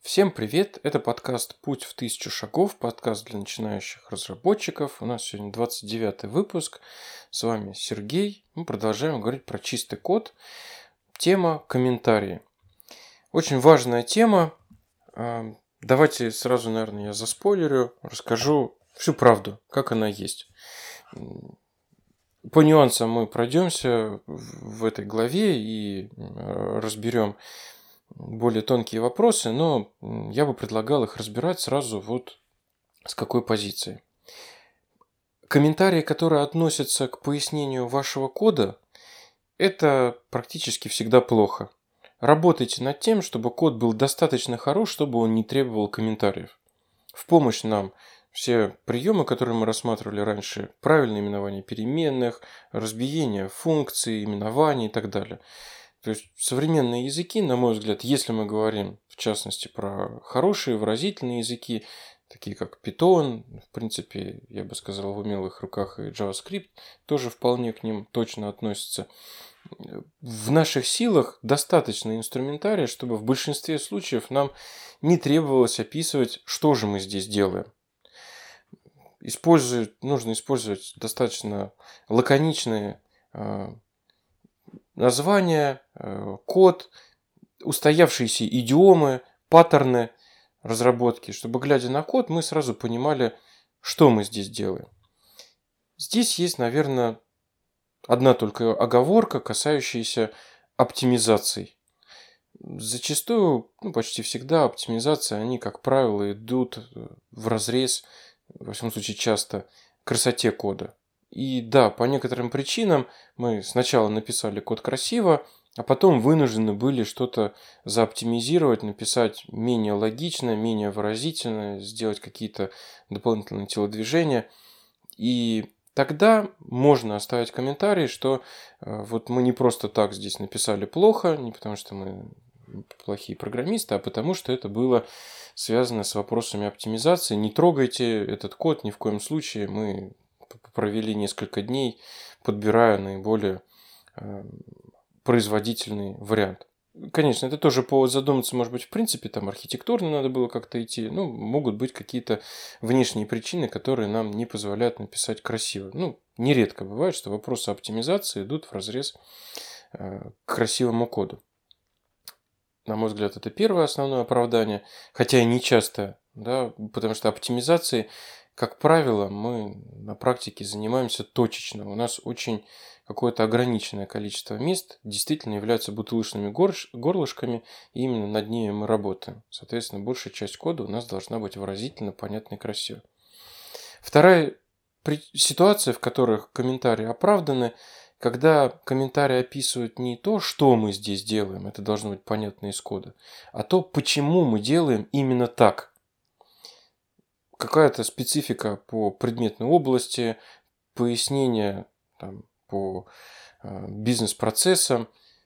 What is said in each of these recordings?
Всем привет! Это подкаст «Путь в тысячу шагов», подкаст для начинающих разработчиков. У нас сегодня 29-й выпуск. С вами Сергей. Мы продолжаем говорить про чистый код. Тема комментарии. Очень важная тема. Давайте сразу, наверное, я заспойлерю, расскажу всю правду, как она есть. По нюансам мы пройдемся в этой главе и разберем более тонкие вопросы, но я бы предлагал их разбирать сразу вот с какой позиции. Комментарии, которые относятся к пояснению вашего кода, это практически всегда плохо. Работайте над тем, чтобы код был достаточно хорош, чтобы он не требовал комментариев. В помощь нам все приемы, которые мы рассматривали раньше, правильное именование переменных, разбиение функций, именований и так далее. То есть современные языки, на мой взгляд, если мы говорим в частности про хорошие выразительные языки, такие как Python, в принципе, я бы сказал, в умелых руках и JavaScript тоже вполне к ним точно относится. В наших силах достаточно инструментария, чтобы в большинстве случаев нам не требовалось описывать, что же мы здесь делаем. Нужно использовать достаточно лаконичные названия, код, устоявшиеся идиомы, паттерны разработки, чтобы, глядя на код, мы сразу понимали, что мы здесь делаем. Здесь есть, наверное, одна только оговорка, касающаяся оптимизаций. Зачастую, почти всегда оптимизации, они, как правило, идут вразрез, во всяком случае часто, красоте кода. И да, по некоторым причинам мы сначала написали код красиво, а потом вынуждены были что-то заоптимизировать, написать менее логично, менее выразительно, сделать какие-то дополнительные телодвижения. И тогда можно оставить комментарий, что вот мы не просто так здесь написали плохо, не потому что мы плохие программисты, а потому что это было связано с вопросами оптимизации. Не трогайте этот код ни в коем случае. Мы провели несколько дней, подбирая наиболее производительный вариант. Конечно, это тоже повод задуматься, может быть, в принципе, там архитектурно надо было как-то идти. Могут быть какие-то внешние причины, которые нам не позволяют написать красиво. Нередко бывает, что вопросы оптимизации идут вразрез к красивому коду. На мой взгляд, это первое основное оправдание, хотя и не часто, да, потому что оптимизацией, как правило, мы на практике занимаемся точечно. У нас очень какое-то ограниченное количество мест действительно являются бутылочными горлышками, и именно над ними мы работаем. Соответственно, большая часть кода у нас должна быть выразительно, понятна и красива. Вторая ситуация, в которых комментарии оправданы, когда комментарии описывают не то, что мы здесь делаем, это должно быть понятно из кода, а то, почему мы делаем именно так. Какая-то специфика по предметной области, пояснение по бизнес-процессам.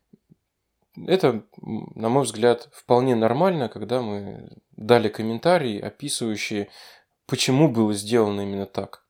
Это, на мой взгляд, вполне нормально, когда мы дали комментарии, описывающие, почему было сделано именно так.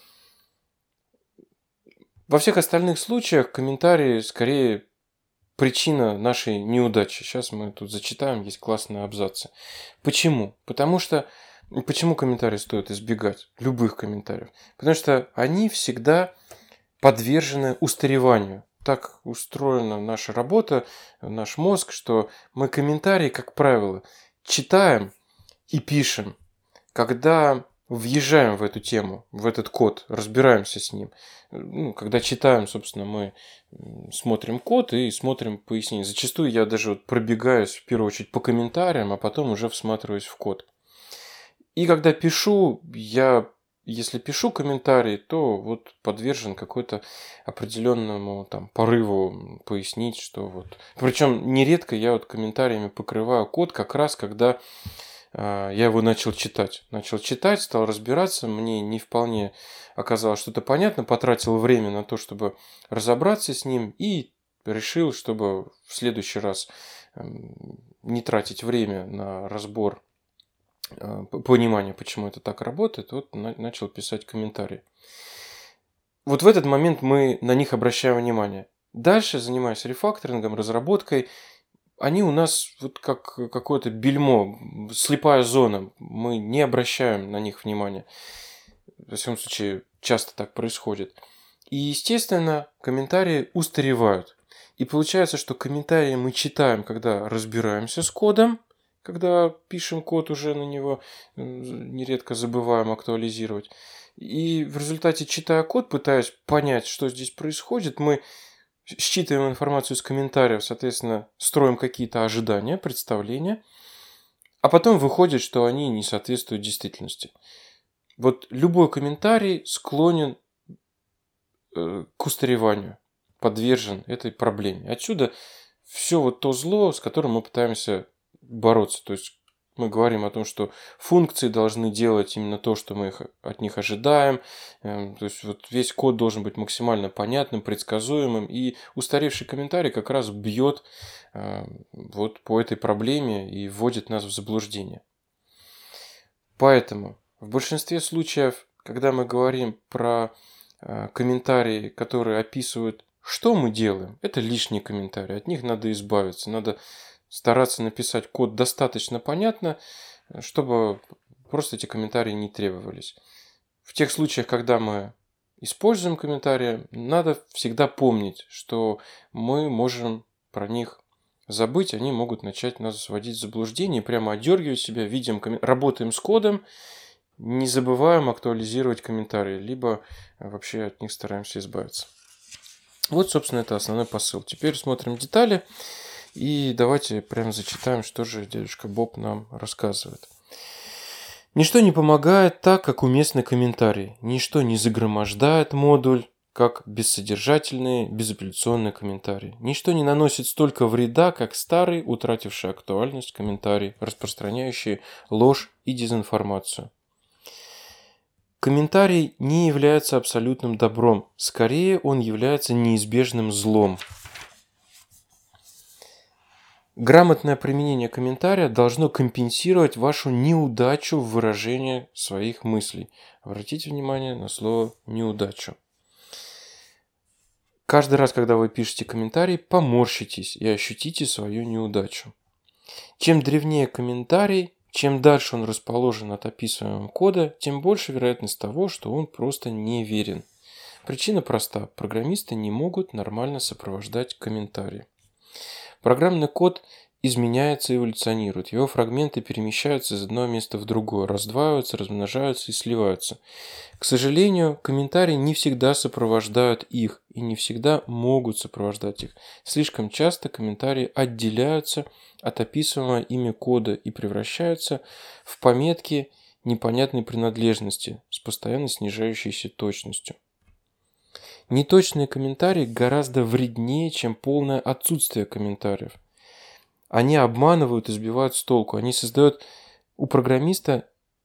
Во всех остальных случаях комментарии скорее причина нашей неудачи. Сейчас мы тут зачитаем, есть классные абзацы. Почему? Почему комментарии стоит избегать? Любых комментариев. Потому что они всегда подвержены устареванию. Так устроена наша работа, наш мозг, что мы комментарии, как правило, читаем и пишем, когда въезжаем в эту тему, в этот код, разбираемся с ним. Когда читаем, собственно, мы смотрим код и смотрим пояснение. Зачастую я даже пробегаюсь в первую очередь по комментариям, а потом уже всматриваюсь в код. И когда пишу, если пишу комментарий, то подвержен какой-то определенному порыву пояснить, что Причем нередко я комментариями покрываю код как раз, когда я его начал читать. Стал разбираться, мне не вполне оказалось что-то понятно, потратил время на то, чтобы разобраться с ним и решил, чтобы в следующий раз не тратить время на разбор, понимание, почему это так работает, начал писать комментарии. В этот момент мы на них обращаем внимание. Дальше, занимаясь рефакторингом, разработкой, они у нас вот как какое-то бельмо, слепая зона. Мы не обращаем на них внимания. Во всяком случае, часто так происходит. И, естественно, комментарии устаревают. И получается, что комментарии мы читаем, когда разбираемся с кодом, когда пишем код уже на него, нередко забываем актуализировать. И в результате, читая код, пытаясь понять, что здесь происходит, мы считываем информацию из комментариев, соответственно, строим какие-то ожидания, представления, а потом выходит, что они не соответствуют действительности. Вот любой комментарий склонен к устареванию, подвержен этой проблеме. Отсюда все вот то зло, с которым мы пытаемся бороться. То есть мы говорим о том, что функции должны делать именно то, что мы от них ожидаем. То есть вот весь код должен быть максимально понятным, предсказуемым. И устаревший комментарий как раз бьет вот по этой проблеме и вводит нас в заблуждение. Поэтому в большинстве случаев, когда мы говорим про комментарии, которые описывают, что мы делаем, это лишние комментарии. От них надо избавиться. Надо стараться написать код достаточно понятно, чтобы просто эти комментарии не требовались. В тех случаях, когда мы используем комментарии, надо всегда помнить, что мы можем про них забыть, они могут начать нас вводить в заблуждение, прямо одергивать себя, видим, работаем с кодом, не забываем актуализировать комментарии, либо вообще от них стараемся избавиться. Вот, собственно, это основной посыл. Теперь смотрим детали и давайте прямо зачитаем, что же дядюшка Боб нам рассказывает. Ничто не помогает так, как уместный комментарий. Ничто не загромождает модуль, как бессодержательные, безапелляционные комментарии. Ничто не наносит столько вреда, как старый, утративший актуальность комментарий, распространяющий ложь и дезинформацию. Комментарий не является абсолютным добром, скорее он является неизбежным злом. Грамотное применение комментария должно компенсировать вашу неудачу в выражении своих мыслей. Обратите внимание на слово «неудачу». Каждый раз, когда вы пишете комментарий, поморщитесь и ощутите свою неудачу. Чем древнее комментарий, чем дальше он расположен от описываемого кода, тем больше вероятность того, что он просто неверен. Причина проста. Программисты не могут нормально сопровождать комментарии. Программный код изменяется и эволюционирует. Его фрагменты перемещаются из одного места в другое, раздваиваются, размножаются и сливаются. К сожалению, комментарии не всегда сопровождают их и не всегда могут сопровождать их. Слишком часто комментарии отделяются от описываемого ими кода и превращаются в пометки непонятной принадлежности с постоянно снижающейся точностью. Неточные комментарии гораздо вреднее, чем полное отсутствие комментариев. Они обманывают и сбивают с толку. Они создают у программиста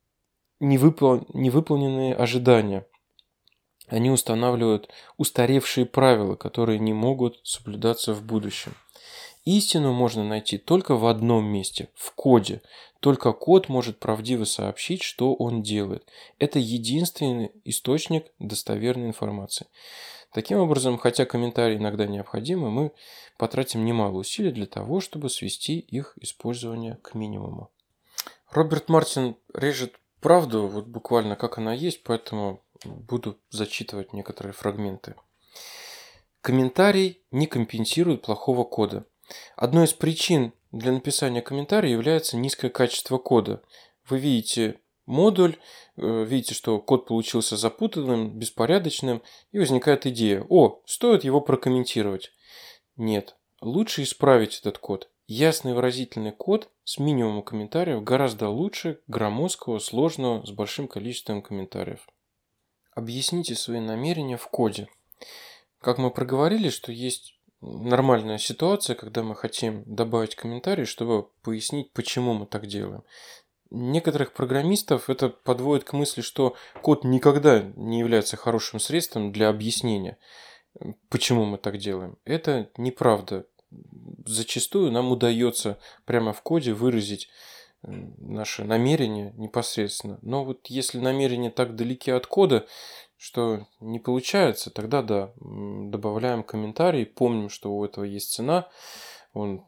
невыполненные ожидания. Они устанавливают устаревшие правила, которые не могут соблюдаться в будущем. Истину можно найти только в одном месте – в коде. Только код может правдиво сообщить, что он делает. Это единственный источник достоверной информации. Таким образом, хотя комментарии иногда необходимы, мы потратим немало усилий для того, чтобы свести их использование к минимуму. Роберт Мартин режет правду, вот буквально как она есть, поэтому буду зачитывать некоторые фрагменты. Комментарий не компенсирует плохого кода. Одной из причин для написания комментария является низкое качество кода. Вы видите модуль, видите, что код получился запутанным, беспорядочным, и возникает идея: о, стоит его прокомментировать. Нет, лучше исправить этот код. Ясный выразительный код с минимумом комментариев гораздо лучше громоздкого, сложного, с большим количеством комментариев. Объясните свои намерения в коде. Как мы проговорили, что есть нормальная ситуация, когда мы хотим добавить комментарий, чтобы пояснить, почему мы так делаем. Некоторых программистов это подводит к мысли, что код никогда не является хорошим средством для объяснения, почему мы так делаем. Это неправда. Зачастую нам удается прямо в коде выразить наше намерение непосредственно. Но вот если намерения так далеки от кода, что не получается, тогда да, добавляем комментарий, помним, что у этого есть цена, он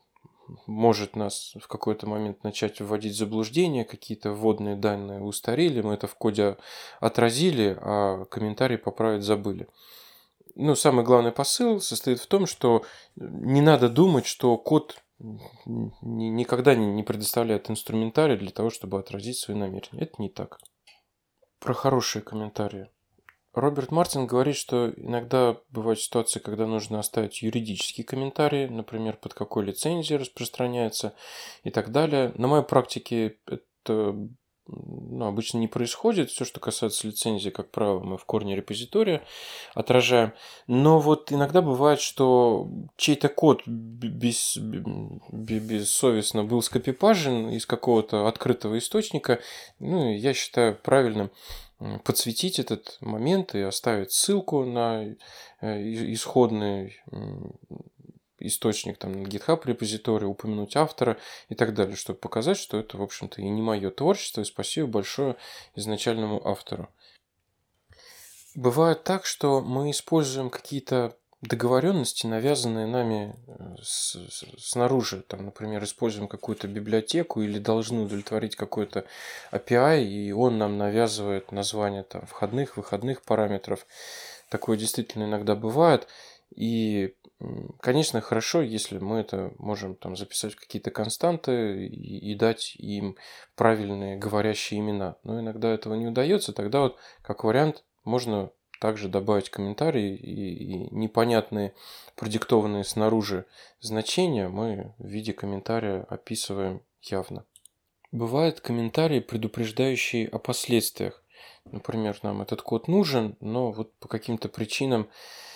может нас в какой-то момент начать вводить в заблуждение, какие-то вводные данные устарели, мы это в коде отразили, а комментарий поправить забыли. Ну, самый главный посыл состоит в том, что не надо думать, что код никогда не предоставляет инструментарий для того, чтобы отразить свои намерения. Это не так. Про хорошие комментарии. Роберт Мартин говорит, что иногда бывают ситуации, когда нужно оставить юридический комментарий, например, под какой лицензией распространяется и так далее. На моей практике это обычно не происходит. Все, что касается лицензии, как правило, мы в корне репозитория отражаем. Но вот иногда бывает, что чей-то код бессовестно был скопипажен из какого-то открытого источника. Ну, я считаю правильным подсветить этот момент и оставить ссылку на исходный источник, там, на GitHub репозиторий, упомянуть автора и так далее, чтобы показать, что это, в общем-то, и не мое творчество, и спасибо большое изначальному автору. Бывает так, что мы используем какие-то договоренности, навязанные нами снаружи. Там, например, используем какую-то библиотеку или должны удовлетворить какой-то API, и он нам навязывает название там, входных, выходных параметров. Такое действительно иногда бывает. И, конечно, хорошо, если мы это можем там, записать в какие-то константы и дать им правильные говорящие имена. Но иногда этого не удается. Тогда вот, как вариант, можно также добавить комментарии и непонятные, продиктованные снаружи значения мы в виде комментария описываем явно. Бывают комментарии, предупреждающие о последствиях. Например, нам этот код нужен, но вот по каким-то причинам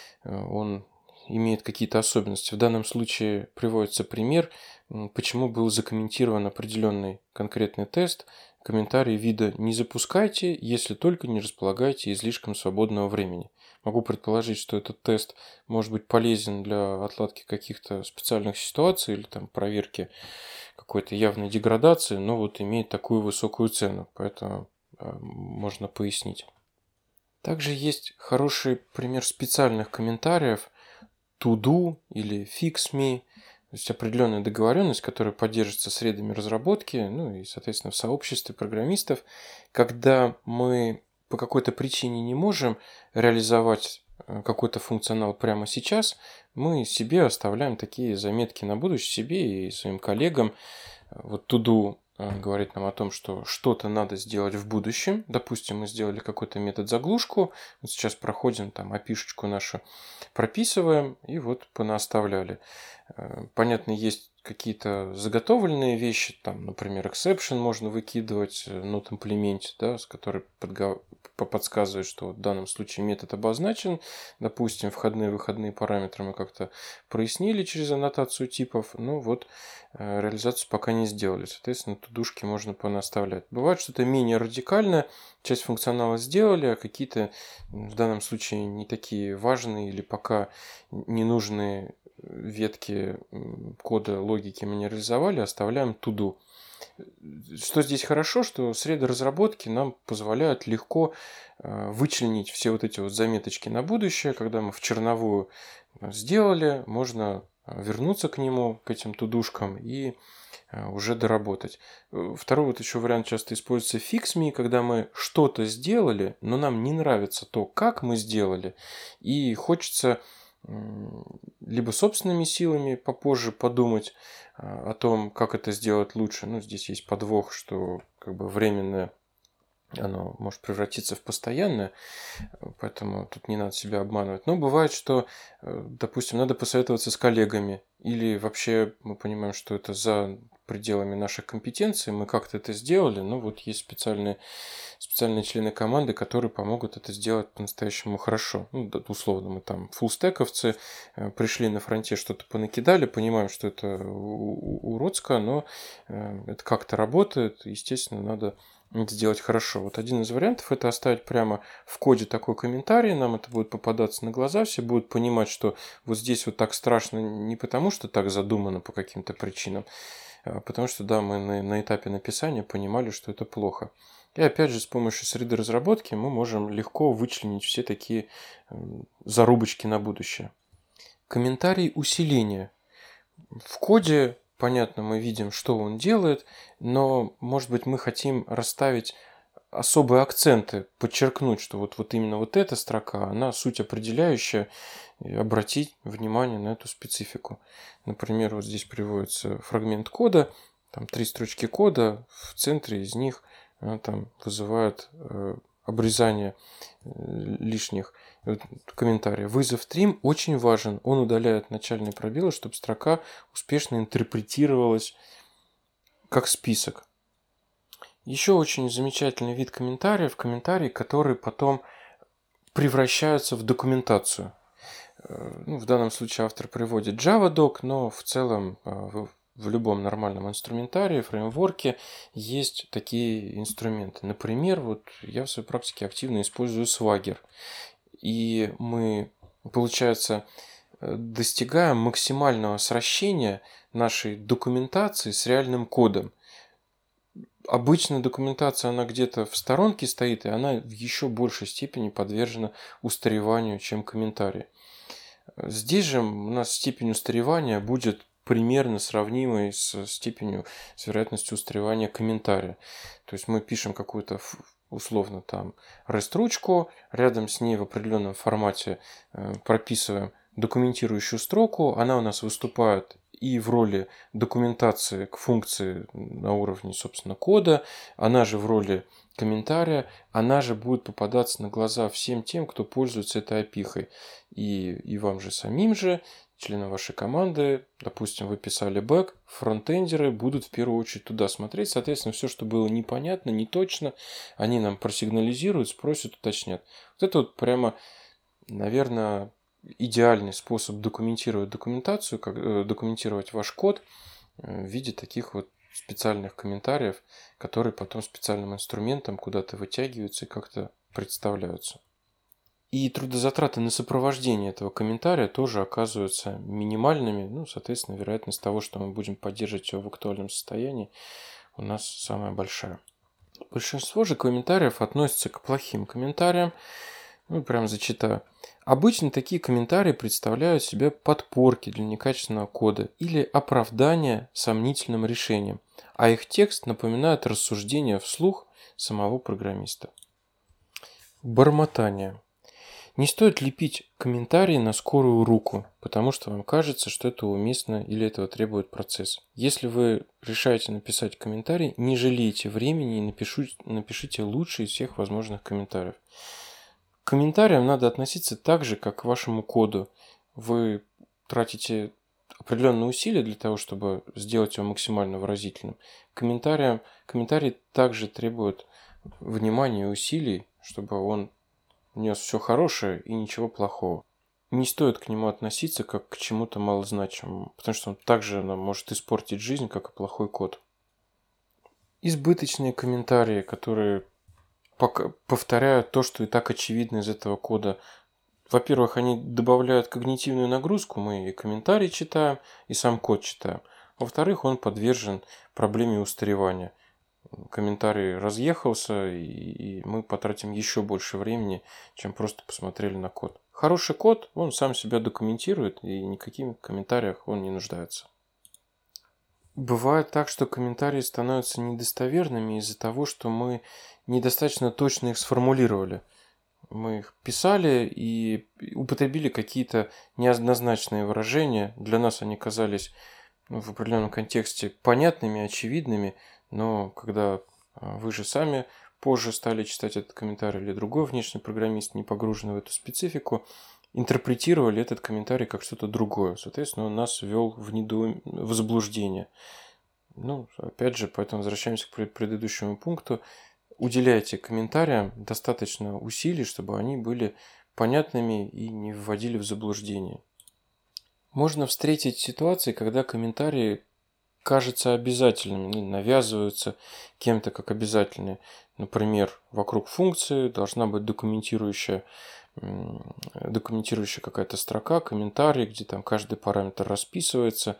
он имеет какие-то особенности. В данном случае приводится пример, почему был закомментирован определенный конкретный тест. Комментарий вида «не запускайте, если только не располагаете излишком свободного времени». Могу предположить, что этот тест может быть полезен для отладки каких-то специальных ситуаций или там проверки какой-то явной деградации, но вот имеет такую высокую цену, поэтому можно пояснить. Также есть хороший пример специальных комментариев to do или fix me, то есть определенная договоренность, которая поддерживается средами разработки, ну и, соответственно, в сообществе программистов, когда мы по какой-то причине не можем реализовать какой-то функционал прямо сейчас, мы себе оставляем такие заметки на будущее, себе и своим коллегам. Вот to do говорит нам о том, что что-то надо сделать в будущем. Допустим, мы сделали какой-то метод заглушку. Вот сейчас проходим там API-шечку нашу, прописываем и вот понаоставляли. Понятно, есть какие-то заготовленные вещи, там, например, exception можно выкидывать, not implement, да, с которой подсказывает, что в данном случае метод обозначен. Допустим, входные и выходные параметры мы как-то прояснили через аннотацию типов, но вот реализацию пока не сделали. Соответственно, тудушки можно понаставлять. Бывает что-то менее радикальное, часть функционала сделали, а какие-то в данном случае не такие важные или пока ненужные ветки кода логики мы не реализовали, оставляем to-do. Что здесь хорошо, что среды разработки нам позволяют легко вычленить все вот эти вот заметочки на будущее. Когда мы в черновую сделали, можно вернуться к нему, к этим тудушкам и уже доработать. Второй вот еще вариант часто используется fix me, когда мы что-то сделали, но нам не нравится то, как мы сделали, и хочется либо собственными силами попозже подумать о том, как это сделать лучше. Ну, здесь есть подвох, что как бы временное оно может превратиться в постоянное, поэтому тут не надо себя обманывать. Но бывает, что, допустим, надо посоветоваться с коллегами, или вообще мы понимаем, что это за пределами наших компетенций, мы как-то это сделали, но вот есть специальные члены команды, которые помогут это сделать по-настоящему хорошо. Ну, условно, мы там фуллстековцы, пришли на фронте, что-то понакидали, понимаем, что это уродско, но это как-то работает, естественно, надо сделать хорошо. Вот один из вариантов — это оставить прямо в коде такой комментарий, нам это будет попадаться на глаза, все будут понимать, что вот здесь вот так страшно не потому, что так задумано по каким-то причинам, а потому что, да, мы на этапе написания понимали, что это плохо. И опять же, с помощью среды разработки мы можем легко вычленить все такие зарубочки на будущее. Комментарий усиления. В коде понятно, мы видим, что он делает, но, может быть, мы хотим расставить особые акценты, подчеркнуть, что вот именно вот эта строка, она суть определяющая, и обратить внимание на эту специфику. Например, вот здесь приводится фрагмент кода, там 3 строчки кода, в центре из них там вызывает обрезание лишних комментариев. Вызов trim очень важен. Он удаляет начальные пробелы, чтобы строка успешно интерпретировалась как список. Еще очень замечательный вид комментариев, комментарии, которые потом превращаются в документацию. В данном случае автор приводит JavaDoc, но в целом в любом нормальном инструментарии, фреймворке есть такие инструменты. Например, вот я в своей практике активно использую Swagger. И мы, получается, достигаем максимального сращения нашей документации с реальным кодом. Обычно документация, она где-то в сторонке стоит, и она в еще большей степени подвержена устареванию, чем комментарии. Здесь же у нас степень устаревания будет примерно сравнимой с степенью, с вероятностью устаревания комментария. То есть мы пишем какую-то условно там REST-ручку, рядом с ней в определенном формате прописываем документирующую строку, она у нас выступает и в роли документации к функции на уровне, собственно, кода, она же в роли комментария, она же будет попадаться на глаза всем тем, кто пользуется этой опихой. И вам же самим же, членам вашей команды, допустим, вы писали бэк, фронтендеры будут в первую очередь туда смотреть. Соответственно, все, что было непонятно, не точно, они нам просигнализируют, спросят, уточнят. Вот это вот прямо, наверное, идеальный способ документировать документацию, документировать ваш код в виде таких вот специальных комментариев, которые потом специальным инструментом куда-то вытягиваются и как-то представляются. И трудозатраты на сопровождение этого комментария тоже оказываются минимальными. Соответственно, вероятность того, что мы будем поддерживать его в актуальном состоянии, у нас самая большая. Большинство же комментариев относятся к плохим комментариям. Прям зачитаю. Обычно такие комментарии представляют себе подпорки для некачественного кода или оправдания сомнительным решением, а их текст напоминает рассуждения вслух самого программиста. Бормотание. Не стоит лепить комментарии на скорую руку, потому что вам кажется, что это уместно или этого требует процесс. Если вы решаете написать комментарий, не жалейте времени и напишите лучший из всех возможных комментариев. К комментариям надо относиться так же, как к вашему коду. Вы тратите определенные усилия для того, чтобы сделать его максимально выразительным. Комментарии также требуют внимания и усилий, чтобы он нес все хорошее и ничего плохого. Не стоит к нему относиться как к чему-то малозначимому, потому что он также нам может испортить жизнь, как и плохой код. Избыточные комментарии, которые повторяют то, что и так очевидно из этого кода. Во-первых, они добавляют когнитивную нагрузку, мы и комментарии читаем, и сам код читаем. Во-вторых, он подвержен проблеме устаревания. Комментарий разъехался, и мы потратим еще больше времени, чем просто посмотрели на код. Хороший код, он сам себя документирует, и никаких комментариях он не нуждается. Бывает так, что комментарии становятся недостоверными из-за того, что мы недостаточно точно их сформулировали. Мы их писали и употребили какие-то неоднозначные выражения. Для нас они казались в определенном контексте понятными, очевидными, но когда вы же сами позже стали читать этот комментарий или другой внешний программист, не погруженный в эту специфику, интерпретировали этот комментарий как что-то другое. Соответственно, он нас ввел в заблуждение. Опять же, поэтому возвращаемся к предыдущему пункту. Уделяйте комментариям достаточно усилий, чтобы они были понятными и не вводили в заблуждение. Можно встретить ситуации, когда комментарии кажутся обязательными, навязываются кем-то как обязательные. Например, вокруг функции должна быть документирующая документирующая какая-то строка, комментарий, где там каждый параметр расписывается.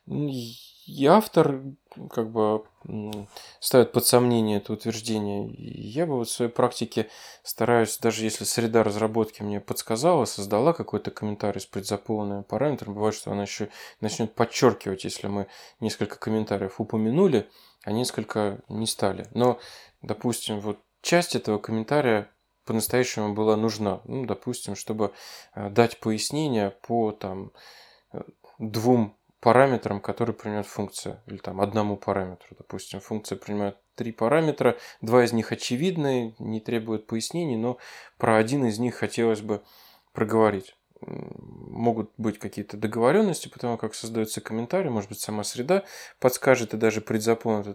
И автор как бы ставит под сомнение это утверждение. И я бы вот в своей практике стараюсь, даже если среда разработки мне подсказала, создала какой-то комментарий с предзаполненными параметрами, бывает, что она еще начнет подчеркивать, если мы несколько комментариев упомянули, а несколько не стали. Но, допустим, вот часть этого комментария по-настоящему была нужна. Ну, допустим, чтобы дать пояснение по там, двум параметрам, которые принимает функция, или там одному параметру. Допустим, функция принимает 3 параметра, 2 из них очевидные, не требуют пояснений, но про один из них хотелось бы проговорить. Могут быть какие-то договоренности, потому как создается комментарий, может быть, сама среда подскажет и даже предзаполнит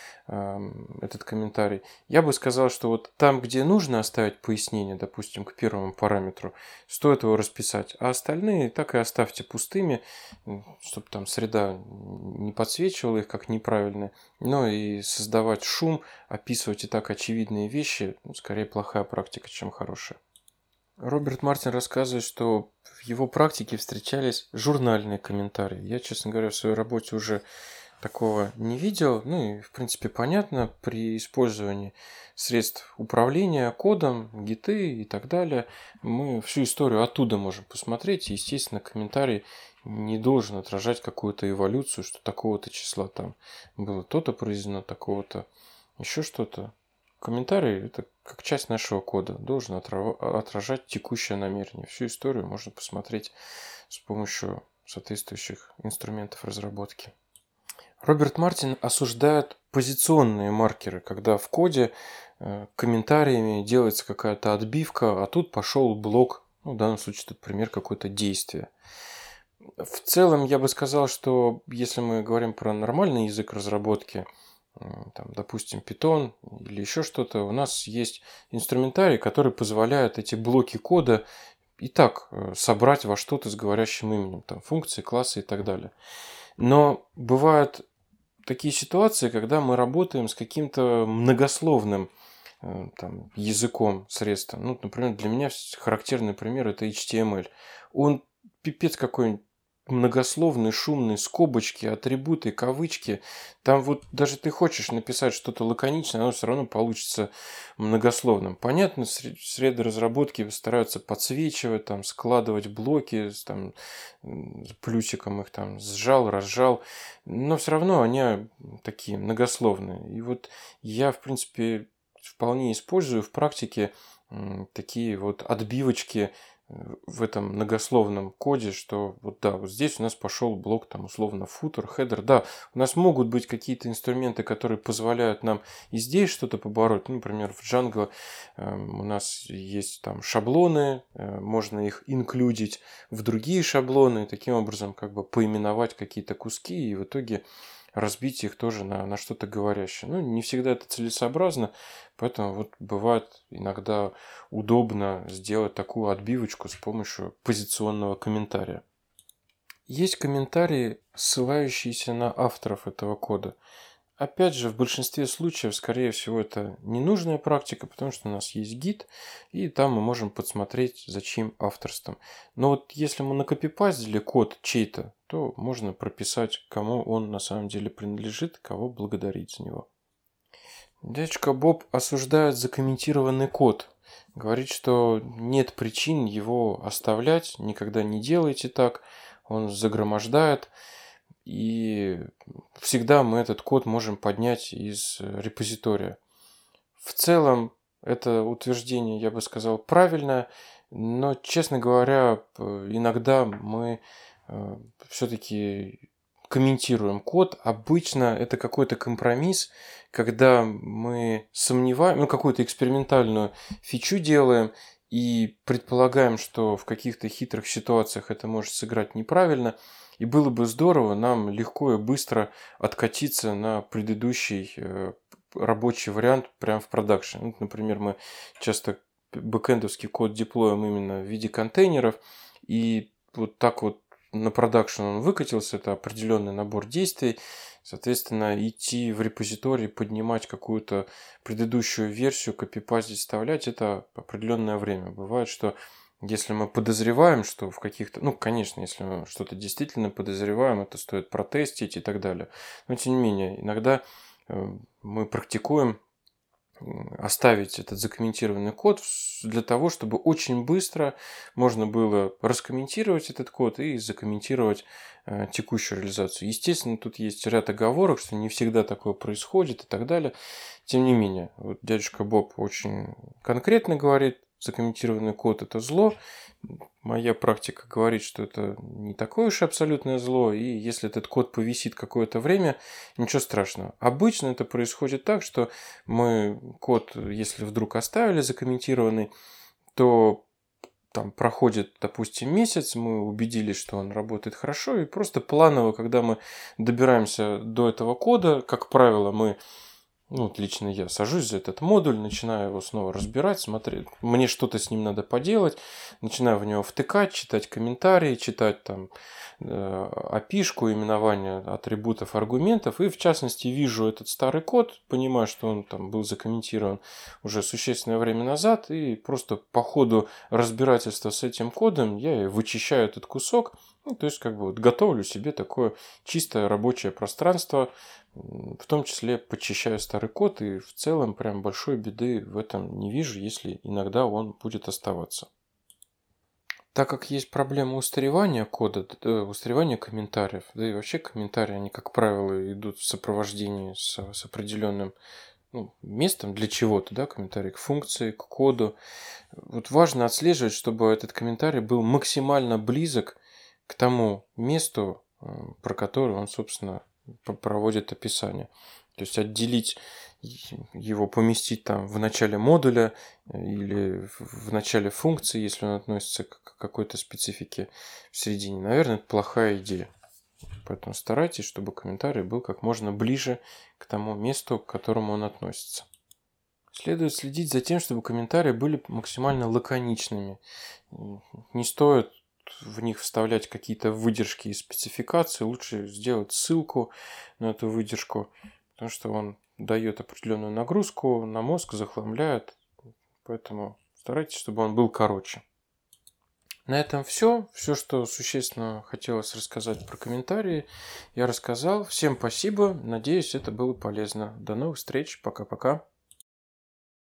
этот комментарий. Я бы сказал, что вот там, где нужно оставить пояснение, допустим, к первому параметру, стоит его расписать, а остальные так и оставьте пустыми, чтобы там среда не подсвечивала их как неправильные, но и создавать шум, описывать и так очевидные вещи, скорее плохая практика, чем хорошая. Роберт Мартин рассказывает, что в его практике встречались журнальные комментарии. Я, честно говоря, в своей работе уже такого не видел. Ну и, в принципе, понятно, при использовании средств управления кодом, гиты и так далее, мы всю историю оттуда можем посмотреть. И, естественно, комментарий не должен отражать какую-то эволюцию, что такого-то числа там было то-то произведено, такого-то еще что-то. Комментарий – это как часть нашего кода, должен отражать текущее намерение. Всю историю можно посмотреть с помощью соответствующих инструментов разработки. Роберт Мартин осуждает позиционные маркеры, когда в коде комментариями делается какая-то отбивка, а тут пошел блок, ну, в данном случае тут пример какое-то действие. В целом я бы сказал, что если мы говорим про нормальный язык разработки, там, допустим, Python или еще что-то, у нас есть инструментарий, который позволяет эти блоки кода и так собрать во что-то с говорящим именем, там, функции, классы и так далее. Но бывают такие ситуации, когда мы работаем с каким-то многословным там, языком средством. Ну, например, для меня характерный пример – это HTML. Он пипец какой-нибудь многословный, шумный, скобочки, атрибуты, кавычки. Там вот даже ты хочешь написать что-то лаконичное, оно все равно получится многословным. Понятно, среды разработки стараются подсвечивать, там, складывать блоки, там, плюсиком их там сжал, разжал, но все равно они такие многословные. И вот я, в принципе, вполне использую в практике такие вот отбивочки в этом многословном коде, что вот да, вот здесь у нас пошел блок там условно footer, header. Да, у нас могут быть какие-то инструменты, которые позволяют нам и здесь что-то побороть. Ну, например, в Django у нас есть там шаблоны, можно их инклюдить в другие шаблоны, и таким образом как бы поименовать какие-то куски и в итоге разбить их тоже на что-то говорящее. Ну, не всегда это целесообразно, поэтому вот бывает иногда удобно сделать такую отбивочку с помощью позиционного комментария. Есть комментарии, ссылающиеся на авторов этого кода. Опять же, в большинстве случаев, скорее всего, это ненужная практика, потому что у нас есть гид, и там мы можем подсмотреть, за чьим авторством. Но вот если мы накопипастили код чей-то, то можно прописать, кому он на самом деле принадлежит, кого благодарить за него. Дядюшка Боб осуждает закомментированный код. Говорит, что нет причин его оставлять, никогда не делайте так, он загромождает. И всегда мы этот код можем поднять из репозитория. В целом, это утверждение, я бы сказал, правильное, но, честно говоря, иногда мы все-таки комментируем код. Обычно это какой-то компромисс, когда мы сомневаем, ну, какую-то экспериментальную фичу делаем и предполагаем, что в каких-то хитрых ситуациях это может сыграть неправильно. И было бы здорово нам легко и быстро откатиться на предыдущий рабочий вариант прямо в продакшн. Ну, например, мы часто бэкэндовский код деплоим именно в виде контейнеров, и вот так вот на продакшн он выкатился, это определенный набор действий. Соответственно, идти в репозиторий, поднимать какую-то предыдущую версию, копипастить, вставлять, это определенное время. Бывает, что Если мы подозреваем, что в каких-то... Ну, конечно, если мы что-то действительно подозреваем, это стоит протестить и так далее. Но, тем не менее, иногда мы практикуем оставить этот закомментированный код для того, чтобы очень быстро можно было раскомментировать этот код и закомментировать текущую реализацию. Естественно, тут есть ряд оговорок, что не всегда такое происходит и так далее. Тем не менее, вот дядюшка Боб очень конкретно говорит, закомментированный код – это зло. Моя практика говорит, что это не такое уж абсолютное зло, и если этот код повисит какое-то время, ничего страшного. Обычно это происходит так, что мы код, если вдруг оставили закомментированный, то там проходит, допустим, месяц, мы убедились, что он работает хорошо, и просто планово, когда мы добираемся до этого кода, как правило, мы вот лично я сажусь за этот модуль, начинаю его снова разбирать, смотреть. Мне что-то с ним надо поделать, начинаю в него втыкать, читать комментарии, читать там API-шку, именование атрибутов, аргументов. И в частности вижу этот старый код, понимаю, что он там был закомментирован уже существенное время назад. И просто по ходу разбирательства с этим кодом я вычищаю этот кусок. Ну, то есть как бы вот готовлю себе такое чистое рабочее пространство, в том числе подчищаю старый код, и в целом прям большой беды в этом не вижу, если иногда он будет оставаться. Так как есть проблема устаревания кода, устаревания комментариев, да и вообще комментарии, они, как правило, идут в сопровождении с определенным местом для чего-то, да, комментарий к функции, к коду. Вот важно отслеживать, чтобы этот комментарий был максимально близок к тому месту, про которое он, собственно, проводит описание. То есть отделить его, поместить там в начале модуля или в начале функции, если он относится к какой-то специфике в середине. Наверное, это плохая идея. Поэтому старайтесь, чтобы комментарий был как можно ближе к тому месту, к которому он относится. Следует следить за тем, чтобы комментарии были максимально лаконичными. Не стоит в них вставлять какие-то выдержки из спецификации. Лучше сделать ссылку на эту выдержку, потому что он дает определенную нагрузку на мозг, захламляет. Поэтому старайтесь, чтобы он был короче. На этом все. Все, что существенно хотелось рассказать про комментарии, я рассказал. Всем спасибо. Надеюсь, это было полезно. До новых встреч. Пока-пока.